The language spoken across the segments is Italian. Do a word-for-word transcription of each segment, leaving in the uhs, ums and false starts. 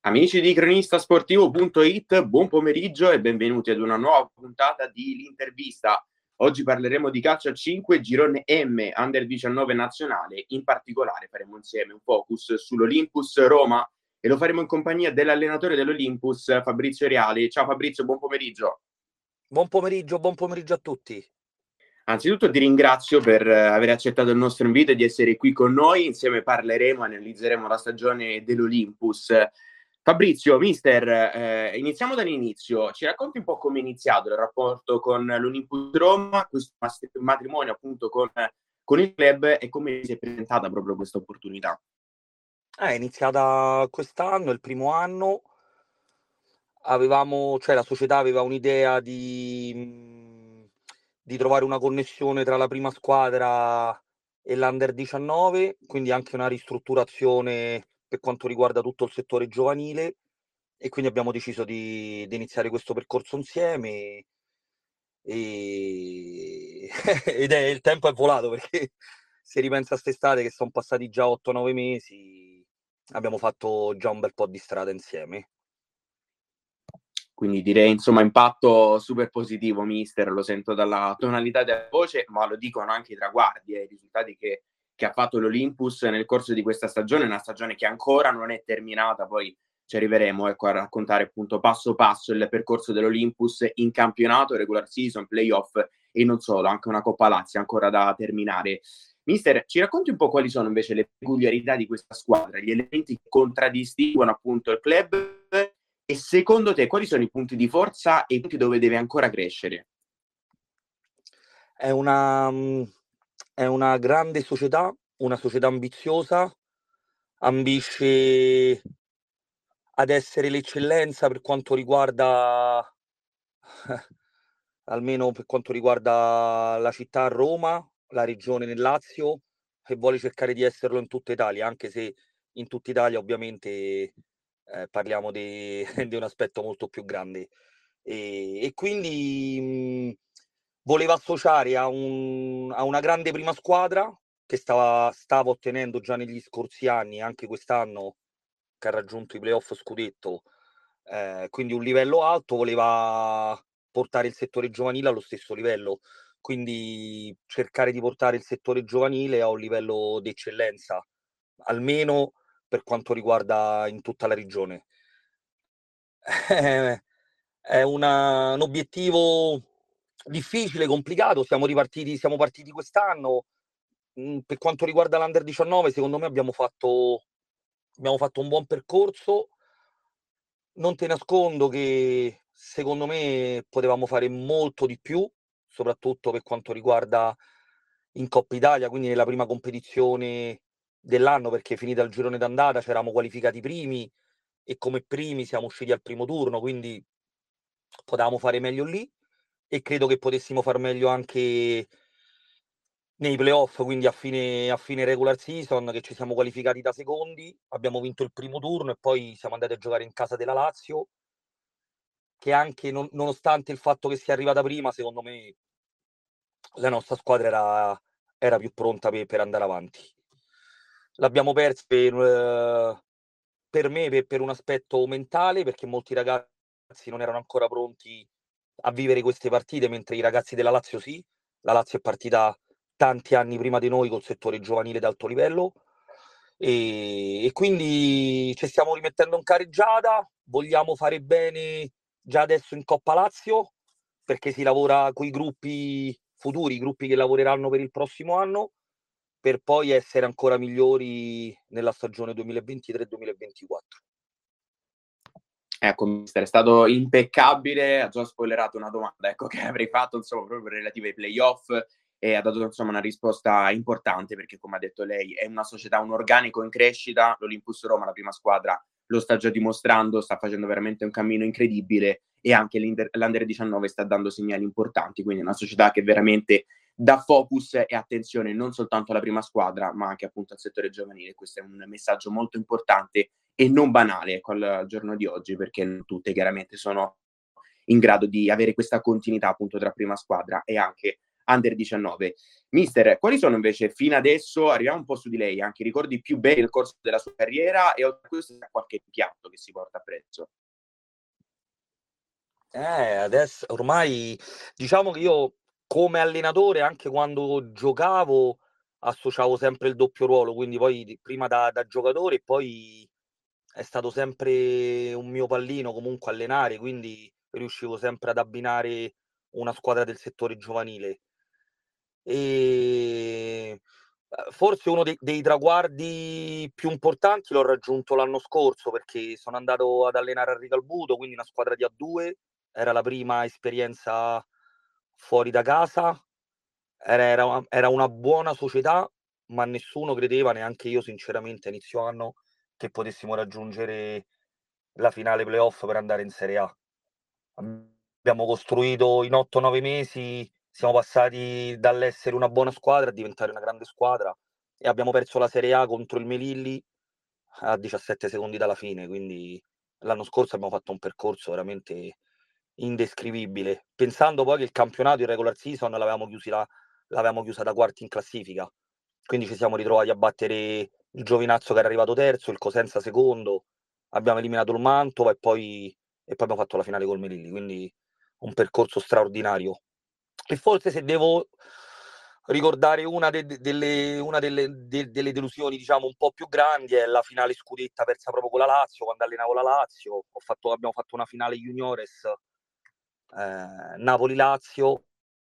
Amici di cronistasportivo punto it, buon pomeriggio e benvenuti ad una nuova puntata di L'Intervista. Oggi parleremo di calcio a cinque, girone M, under diciannove nazionale. In particolare faremo insieme un focus sull'Olympus Roma e lo faremo in compagnia dell'allenatore dell'Olympus, Fabrizio Reali. Ciao Fabrizio, buon pomeriggio. Buon pomeriggio, buon pomeriggio a tutti. Anzitutto ti ringrazio per aver accettato il nostro invito e di essere qui con noi. Insieme parleremo, analizzeremo la stagione dell'Olympus. Fabrizio, mister, eh, iniziamo dall'inizio. Ci racconti un po' come è iniziato il rapporto con l'Olympus Roma, questo matrimonio appunto con, con il club, e come si è presentata proprio questa opportunità? È iniziata quest'anno, il primo anno. Avevamo, cioè la società aveva un'idea di, di trovare una connessione tra la prima squadra e l'Under diciannove, quindi anche una ristrutturazione per quanto riguarda tutto il settore giovanile, e quindi abbiamo deciso di, di iniziare questo percorso insieme e... ed è il tempo è volato, perché se ripensa a quest'estate, che sono passati già otto nove mesi, abbiamo fatto già un bel po' di strada insieme. Quindi direi, insomma, impatto super positivo, mister, lo sento dalla tonalità della voce, ma lo dicono anche i traguardi e i risultati che, che ha fatto l'Olympus nel corso di questa stagione, una stagione che ancora non è terminata. Poi ci arriveremo, ecco, a raccontare appunto passo passo il percorso dell'Olympus in campionato, regular season, playoff e non solo, anche una Coppa Lazio ancora da terminare. Mister, ci racconti un po' quali sono invece le peculiarità di questa squadra, gli elementi che contraddistinguono appunto il club, e secondo te quali sono i punti di forza e i punti dove deve ancora crescere? È una, è una grande società, una società ambiziosa, ambisce ad essere l'eccellenza per quanto riguarda, almeno per quanto riguarda la città Roma, la regione nel Lazio, e vuole cercare di esserlo in tutta Italia, anche se in tutta Italia ovviamente eh, parliamo di, di un aspetto molto più grande. E, e quindi mh, voleva associare a, un, a una grande prima squadra che stava, stava ottenendo già negli scorsi anni, anche quest'anno che ha raggiunto i playoff scudetto, eh, quindi un livello alto, voleva portare il settore giovanile allo stesso livello, quindi cercare di portare il settore giovanile a un livello di eccellenza, almeno per quanto riguarda in tutta la regione. È una, un obiettivo difficile, complicato. Siamo ripartiti, siamo partiti quest'anno. Mm, Per quanto riguarda l'Under diciannove, secondo me abbiamo fatto, abbiamo fatto un buon percorso. Non ti nascondo che secondo me potevamo fare molto di più, soprattutto per quanto riguarda in Coppa Italia, quindi nella prima competizione dell'anno, perché finita il girone d'andata ci eravamo qualificati primi e come primi siamo usciti al primo turno, quindi potevamo fare meglio lì, e credo che potessimo far meglio anche nei playoff, quindi a fine, a fine regular season, che ci siamo qualificati da secondi, abbiamo vinto il primo turno e poi siamo andati a giocare in casa della Lazio, che anche non, nonostante il fatto che sia arrivata prima, secondo me la nostra squadra era, era più pronta per, per andare avanti. L'abbiamo persa per, eh, per me per, per un aspetto mentale, perché molti ragazzi non erano ancora pronti a vivere queste partite, mentre i ragazzi della Lazio sì. La Lazio è partita tanti anni prima di noi col settore giovanile d'alto livello, e, e quindi ci stiamo rimettendo in carreggiata, vogliamo fare bene già adesso in Coppa Lazio, perché si lavora con i gruppi futuri, i gruppi che lavoreranno per il prossimo anno, per poi essere ancora migliori nella stagione duemilaventitré duemilaventiquattro. Ecco, mister, è stato impeccabile, ha già spoilerato una domanda, ecco, che avrei fatto, insomma, proprio relativa ai playoff, e ha dato, insomma, una risposta importante, perché come ha detto lei è una società, un organico in crescita. L'Olympus Roma, la prima squadra, lo sta già dimostrando, sta facendo veramente un cammino incredibile, e anche l'Under diciannove sta dando segnali importanti, quindi è una società che veramente dà focus e attenzione non soltanto alla prima squadra, ma anche appunto al settore giovanile. Questo è un messaggio molto importante e non banale, ecco, al giorno di oggi, perché non tutte chiaramente sono in grado di avere questa continuità appunto tra prima squadra e anche under diciannove. Mister, quali sono invece fino adesso, arriviamo un po' su di lei, anche i ricordi più belli nel corso della sua carriera e oltre a questo qualche piatto che si porta appresso? Eh, adesso ormai diciamo che io come allenatore, anche quando giocavo, associavo sempre il doppio ruolo, quindi poi di- prima da, da giocatore e poi è stato sempre un mio pallino comunque allenare, quindi riuscivo sempre ad abbinare una squadra del settore giovanile. E eh, forse uno dei, dei traguardi più importanti l'ho raggiunto l'anno scorso perché sono andato ad allenare a Ricalbuto, quindi una squadra di A due, era la prima esperienza fuori da casa, era, era, era una buona società, ma nessuno credeva, neanche io sinceramente a inizio anno, che potessimo raggiungere la finale playoff per andare in Serie A. Abbiamo costruito in otto nove mesi, siamo passati dall'essere una buona squadra a diventare una grande squadra e abbiamo perso la Serie A contro il Melilli a diciassette secondi dalla fine, quindi l'anno scorso abbiamo fatto un percorso veramente indescrivibile, pensando poi che il campionato in regular season l'avevamo, chiusi la, l'avevamo chiusa da quarti in classifica, quindi ci siamo ritrovati a battere il Giovinazzo che era arrivato terzo, il Cosenza secondo, abbiamo eliminato il Mantova e poi, e poi abbiamo fatto la finale col Melilli, quindi un percorso straordinario. E forse se devo ricordare una, de- de- delle, una delle, de- delle delusioni, diciamo, un po' più grandi è la finale scudetta persa proprio con la Lazio, quando allenavo la Lazio. Ho fatto, abbiamo fatto una finale juniores eh, Napoli-Lazio,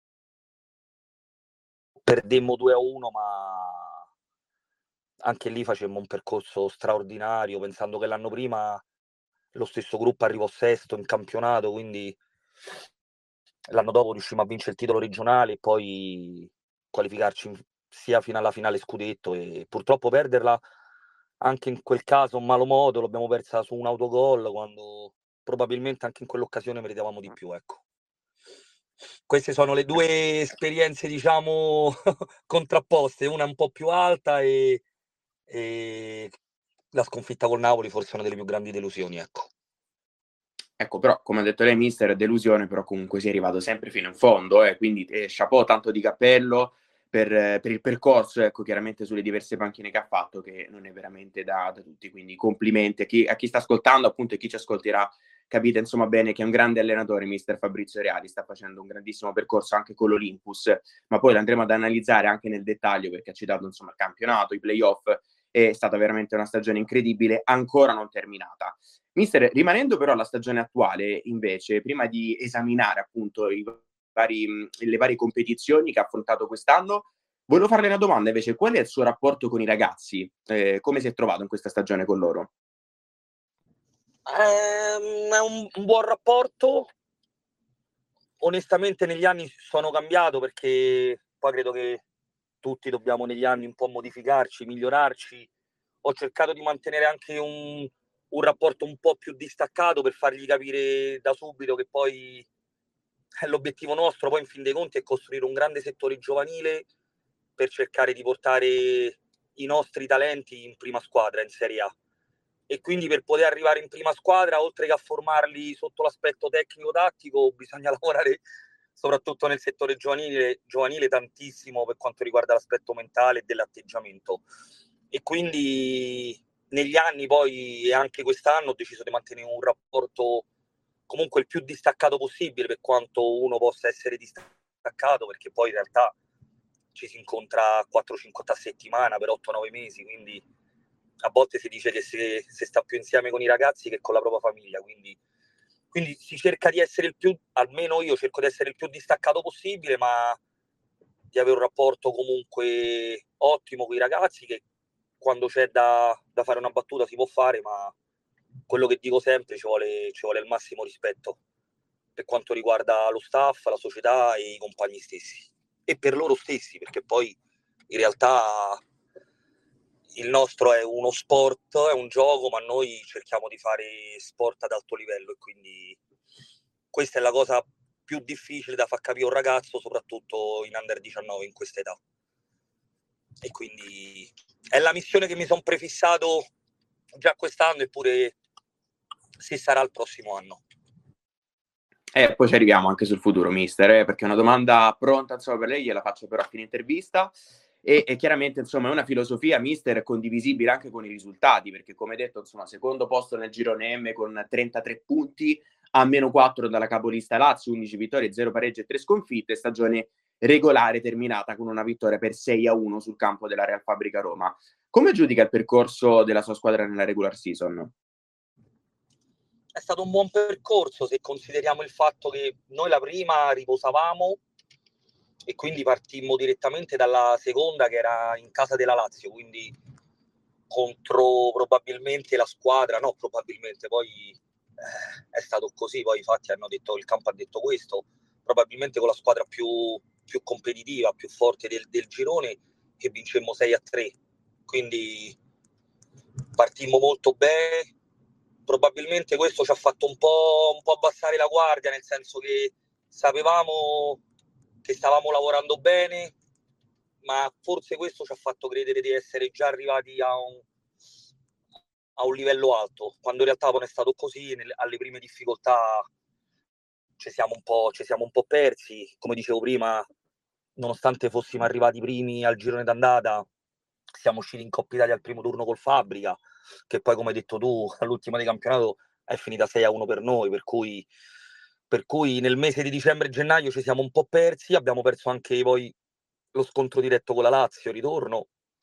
perdemmo due a uno, ma anche lì facemmo un percorso straordinario, pensando che l'anno prima lo stesso gruppo arrivò sesto in campionato, quindi l'anno dopo riuscimmo a vincere il titolo regionale e poi qualificarci sia fino alla finale scudetto, e purtroppo perderla anche in quel caso un malo modo, l'abbiamo persa su un autogol quando probabilmente anche in quell'occasione meritavamo di più, ecco. Queste sono le due esperienze, diciamo, contrapposte, una un po' più alta e, e la sconfitta col Napoli forse è una delle più grandi delusioni, ecco. Ecco, però, come ha detto lei, mister, delusione, però comunque si è arrivato sempre fino in fondo, eh, quindi eh, chapeau, tanto di cappello per, eh, per il percorso, ecco, chiaramente sulle diverse panchine che ha fatto, che non è veramente da, da tutti, quindi complimenti a chi, a chi sta ascoltando, appunto, e chi ci ascolterà, capite insomma bene che è un grande allenatore, mister Fabrizio Reali, sta facendo un grandissimo percorso anche con l'Olympus, ma poi l'andremo ad analizzare anche nel dettaglio, perché ha citato insomma il campionato, i playoff, è stata veramente una stagione incredibile, ancora non terminata. Mister, rimanendo però alla stagione attuale, invece, prima di esaminare appunto i vari, le varie competizioni che ha affrontato quest'anno, volevo farle una domanda invece: qual è il suo rapporto con i ragazzi? Eh, come si è trovato in questa stagione con loro? Ehm, è un, un buon rapporto. Onestamente negli anni sono cambiato perché poi credo che tutti dobbiamo negli anni un po' modificarci, migliorarci. Ho cercato di mantenere anche un, un rapporto un po' più distaccato per fargli capire da subito che poi l'obiettivo nostro poi in fin dei conti è costruire un grande settore giovanile per cercare di portare i nostri talenti in prima squadra, in Serie A. E quindi per poter arrivare in prima squadra, oltre che a formarli sotto l'aspetto tecnico-tattico, bisogna lavorare soprattutto nel settore giovanile, giovanile tantissimo per quanto riguarda l'aspetto mentale e dell'atteggiamento. E quindi negli anni poi e anche quest'anno ho deciso di mantenere un rapporto comunque il più distaccato possibile, per quanto uno possa essere distaccato, perché poi in realtà ci si incontra quattro cinque volte a settimana per otto nove mesi, quindi a volte si dice che si, si sta più insieme con i ragazzi che con la propria famiglia, quindi, quindi si cerca di essere il più, almeno io cerco di essere il più distaccato possibile, ma di avere un rapporto comunque ottimo con i ragazzi, che quando c'è da, da fare una battuta si può fare, ma quello che dico sempre, ci vuole, ci vuole il massimo rispetto per quanto riguarda lo staff, la società e i compagni stessi. E per loro stessi, perché poi in realtà il nostro è uno sport, è un gioco, ma noi cerchiamo di fare sport ad alto livello e quindi questa è la cosa più difficile da far capire a un ragazzo, soprattutto in under diciannove in questa età. E quindi è la missione che mi sono prefissato già quest'anno, eppure se sarà il prossimo anno. E poi ci arriviamo anche sul futuro, mister, eh, perché è una domanda pronta insomma, per lei, gliela faccio però a fine intervista. E, e chiaramente insomma è una filosofia, mister, condivisibile anche con i risultati, perché come detto, insomma, secondo posto nel girone M con trentatré punti, a meno quattro dalla capolista Lazio, undici vittorie, zero pareggi e tre sconfitte, stagione regolare terminata con una vittoria per sei a uno sul campo della Real Fabbrica Roma. Come giudica il percorso della sua squadra nella regular season? È stato un buon percorso se consideriamo il fatto che noi la prima riposavamo e quindi partimmo direttamente dalla seconda che era in casa della Lazio, quindi contro probabilmente la squadra, no probabilmente, poi eh, è stato così, poi infatti hanno detto, il campo ha detto questo, probabilmente con la squadra più, più competitiva, più forte del, del girone, che vincemmo sei a tre, quindi partimmo molto bene. Probabilmente questo ci ha fatto un po', un po' abbassare la guardia, nel senso che sapevamo che stavamo lavorando bene, ma forse questo ci ha fatto credere di essere già arrivati a un, a un livello alto, quando in realtà non è stato così. Nelle, alle prime difficoltà ci siamo un po', ci siamo un po' persi, come dicevo prima, nonostante fossimo arrivati primi al girone d'andata, siamo usciti in Coppa Italia al primo turno col Fabbrica, che poi, come hai detto tu, all'ultima di campionato è finita sei a uno per noi, per cui, per cui nel mese di dicembre-gennaio ci siamo un po' persi, abbiamo perso anche poi lo scontro diretto con la Lazio, ritorno,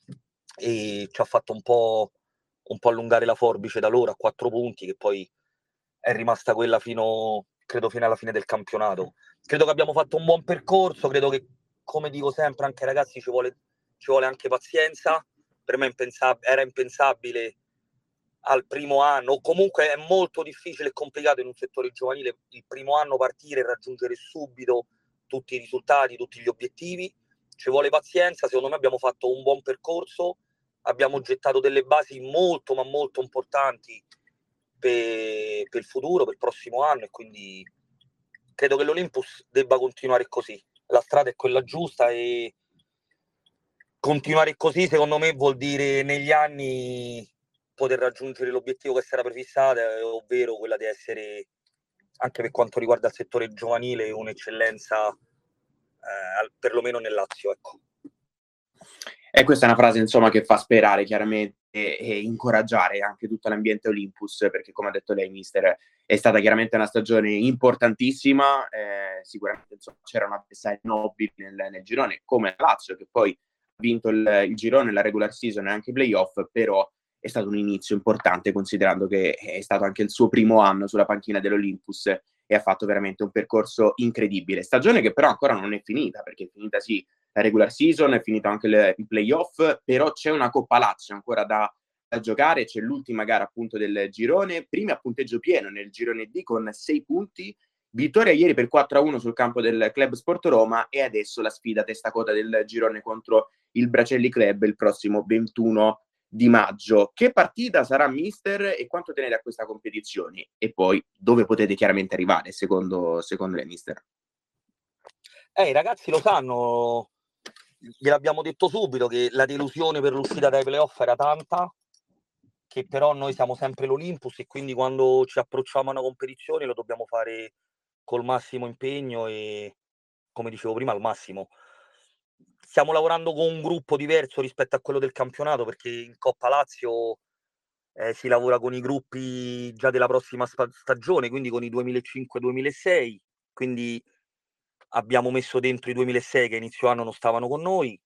e ci ha fatto un po', un po' allungare la forbice da loro a quattro punti, che poi è rimasta quella fino, credo, fino alla fine del campionato. Credo che abbiamo fatto un buon percorso, credo che, come dico sempre, anche ragazzi, ci vuole, ci vuole anche pazienza. Per me impensab- era impensabile al primo anno, o comunque è molto difficile e complicato in un settore giovanile il primo anno partire e raggiungere subito tutti i risultati, tutti gli obiettivi. Ci vuole pazienza, secondo me abbiamo fatto un buon percorso, abbiamo gettato delle basi molto ma molto importanti per, per il futuro, per il prossimo anno, e quindi credo che l'Olympus debba continuare così. La strada è quella giusta e continuare così, secondo me, vuol dire negli anni poter raggiungere l'obiettivo che si era prefissato, ovvero quella di essere, anche per quanto riguarda il settore giovanile, un'eccellenza eh, perlomeno nel Lazio, ecco. E questa è una frase, insomma, che fa sperare chiaramente e, e incoraggiare anche tutto l'ambiente Olympus, perché come ha detto lei, mister, è stata chiaramente una stagione importantissima, eh, sicuramente insomma, c'era una avversaria nobile nel, nel girone, come la Lazio, che poi ha vinto il, il girone, la regular season e anche i playoff, però è stato un inizio importante considerando che è stato anche il suo primo anno sulla panchina dell'Olympus e ha fatto veramente un percorso incredibile. Stagione che però ancora non è finita, perché è finita sì la regular season, è finito anche le, i playoff, però c'è una Coppa Lazio ancora da, da giocare, c'è l'ultima gara appunto del girone, prima a punteggio pieno nel girone D con sei punti, vittoria ieri per quattro a uno sul campo del Club Sport Roma e adesso la sfida testa coda del girone contro il Bracelli Club il prossimo ventuno di maggio. Che partita sarà, mister, e quanto tenete a questa competizione? E poi dove potete chiaramente arrivare secondo, secondo lei, mister? Eh, i ragazzi lo sanno, gliel'abbiamo detto subito che la delusione per l'uscita dai playoff era tanta, che però noi siamo sempre l'Olympus e quindi quando ci approcciamo a una competizione lo dobbiamo fare col massimo impegno e, come dicevo prima, al massimo. Stiamo lavorando con un gruppo diverso rispetto a quello del campionato, perché in Coppa Lazio eh, si lavora con i gruppi già della prossima sta- stagione, quindi con i duemilacinque duemilasei, quindi abbiamo messo dentro i duemilasei che a inizio anno non stavano con noi.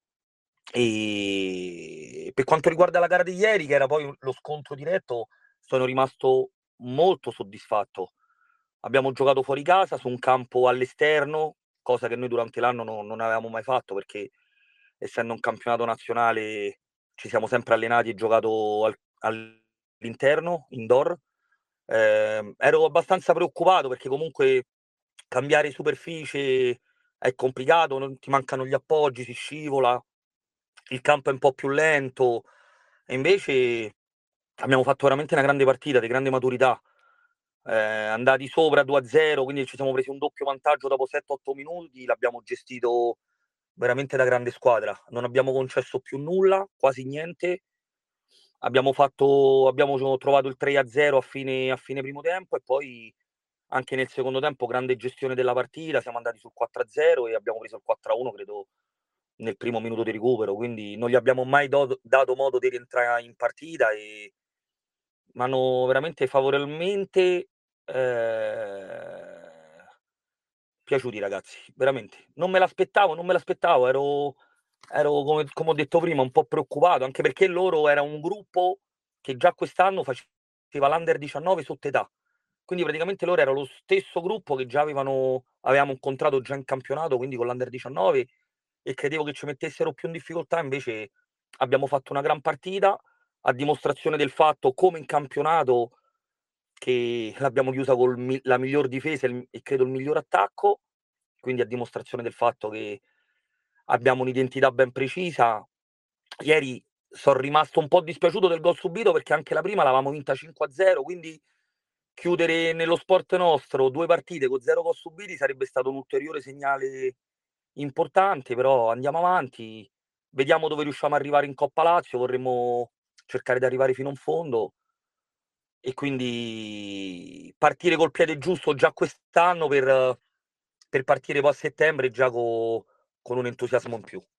E per quanto riguarda la gara di ieri, che era poi lo scontro diretto, sono rimasto molto soddisfatto. Abbiamo giocato fuori casa su un campo all'esterno, cosa che noi durante l'anno no, non avevamo mai fatto, perché essendo un campionato nazionale ci siamo sempre allenati e giocato al, all'interno, indoor. Eh, ero abbastanza preoccupato perché comunque cambiare superficie è complicato, non ti mancano gli appoggi, si scivola, il campo è un po' più lento, e invece abbiamo fatto veramente una grande partita, di grande maturità. Eh, andati sopra due a zero, quindi ci siamo presi un doppio vantaggio dopo sette otto minuti, l'abbiamo gestito veramente da grande squadra. Non abbiamo concesso più nulla, quasi niente. Abbiamo, fatto, abbiamo trovato il tre a zero a fine, a fine primo tempo e poi anche nel secondo tempo grande gestione della partita, siamo andati sul quattro a zero e abbiamo preso il quattro a uno credo nel primo minuto di recupero, quindi non gli abbiamo mai do- dato modo di rientrare in partita e mi hanno veramente favorevolmente eh, piaciuti i ragazzi, veramente. Non me l'aspettavo, non me l'aspettavo, ero, ero come, come ho detto prima, un po' preoccupato, anche perché loro era un gruppo che già quest'anno faceva l'Under diciannove sotto età. Quindi praticamente loro era lo stesso gruppo che già avevano, avevamo un contratto già in campionato, quindi con l'Under diciannove, e credevo che ci mettessero più in difficoltà, invece abbiamo fatto una gran partita, a dimostrazione del fatto, come in campionato, che l'abbiamo chiusa con la miglior difesa e, il, e credo il miglior attacco, quindi a dimostrazione del fatto che abbiamo un'identità ben precisa. Ieri sono rimasto un po' dispiaciuto del gol subito perché anche la prima l'avevamo vinta cinque a zero, quindi chiudere nello sport nostro due partite con zero gol subiti sarebbe stato un ulteriore segnale importante, però andiamo avanti, vediamo dove riusciamo ad arrivare in Coppa Lazio, vorremmo cercare di arrivare fino in fondo e quindi partire col piede giusto già quest'anno per, per partire poi a settembre già co, con un entusiasmo in più.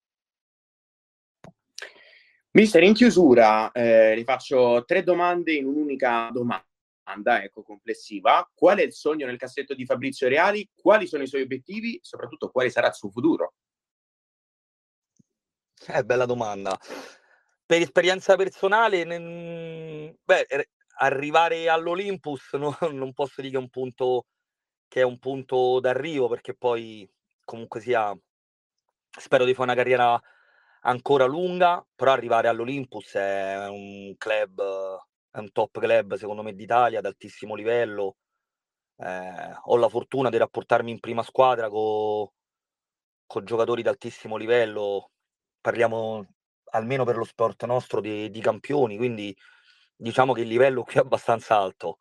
Mister, in chiusura eh, vi faccio tre domande in un'unica domanda, ecco, complessiva. Qual è il sogno nel cassetto di Fabrizio Reali? Quali sono i suoi obiettivi? Soprattutto, quale sarà il suo futuro? Eh, bella domanda. Per esperienza personale, ne... beh, arrivare all'Olympus no, non posso dire che è un punto che è un punto d'arrivo, perché poi comunque sia spero di fare una carriera ancora lunga, però arrivare all'Olympus è un club, è un top club secondo me d'Italia, ad altissimo livello. Eh, ho la fortuna di rapportarmi in prima squadra con con giocatori d'altissimo livello, parliamo almeno per lo sport nostro di, di campioni, quindi diciamo che il livello qui è abbastanza alto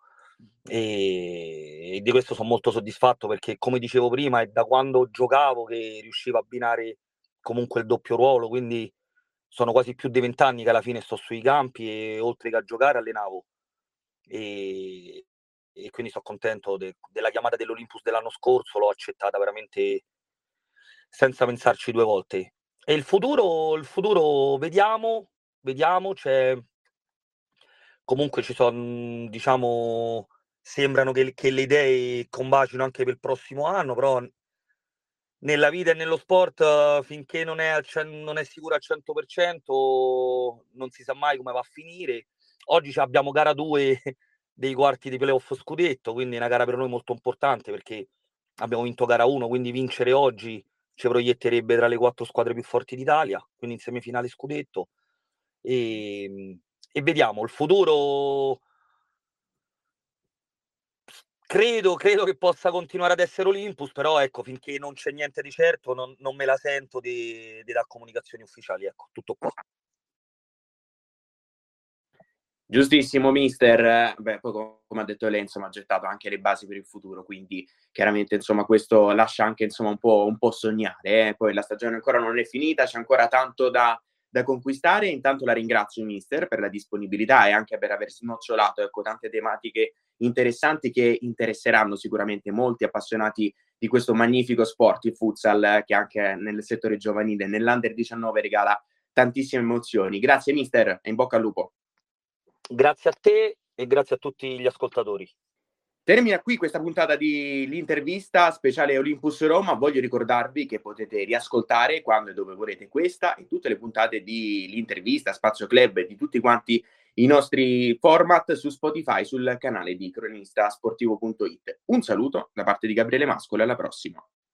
e, e di questo sono molto soddisfatto perché, come dicevo prima, è da quando giocavo che riuscivo a abbinare comunque il doppio ruolo, quindi sono quasi più di vent'anni che alla fine sto sui campi e oltre che a giocare allenavo e, e quindi sono contento de, della chiamata dell'Olympus dell'anno scorso, l'ho accettata veramente senza pensarci due volte. E il futuro, il futuro vediamo, vediamo, c'è comunque ci sono, diciamo, sembrano che, che le idee combacino anche per il prossimo anno, però nella vita e nello sport uh, finché non è, al, non è sicuro al cento per cento non si sa mai come va a finire. Oggi abbiamo gara due dei quarti di playoff scudetto, quindi è una gara per noi molto importante perché abbiamo vinto gara uno, quindi vincere oggi ci proietterebbe tra le quattro squadre più forti d'Italia, quindi in semifinale scudetto. E, e vediamo, il futuro credo, credo che possa continuare ad essere Olympus, però ecco, finché non c'è niente di certo non, non me la sento di, di dare comunicazioni ufficiali, ecco, tutto qua. Giustissimo, mister. Beh, poi come ha detto lei, insomma, ha gettato anche le basi per il futuro, quindi chiaramente, insomma, questo lascia anche, insomma, un po', un po' sognare. Eh? Poi la stagione ancora non è finita, c'è ancora tanto da, da conquistare. Intanto la ringrazio, mister, per la disponibilità e anche per aver snocciolato, ecco, tante tematiche interessanti che interesseranno sicuramente molti appassionati di questo magnifico sport, il futsal, che anche nel settore giovanile, nell'Under diciannove, regala tantissime emozioni. Grazie, mister, e in bocca al lupo. Grazie a te e grazie a tutti gli ascoltatori. Termina qui questa puntata di l'intervista speciale Olympus Roma. Voglio ricordarvi che potete riascoltare quando e dove volete questa e tutte le puntate di l'intervista, Spazio Club e di tutti quanti i nostri format su Spotify, sul canale di cronistasportivo punto it. Un saluto da parte di Gabriele Mascolo e alla prossima.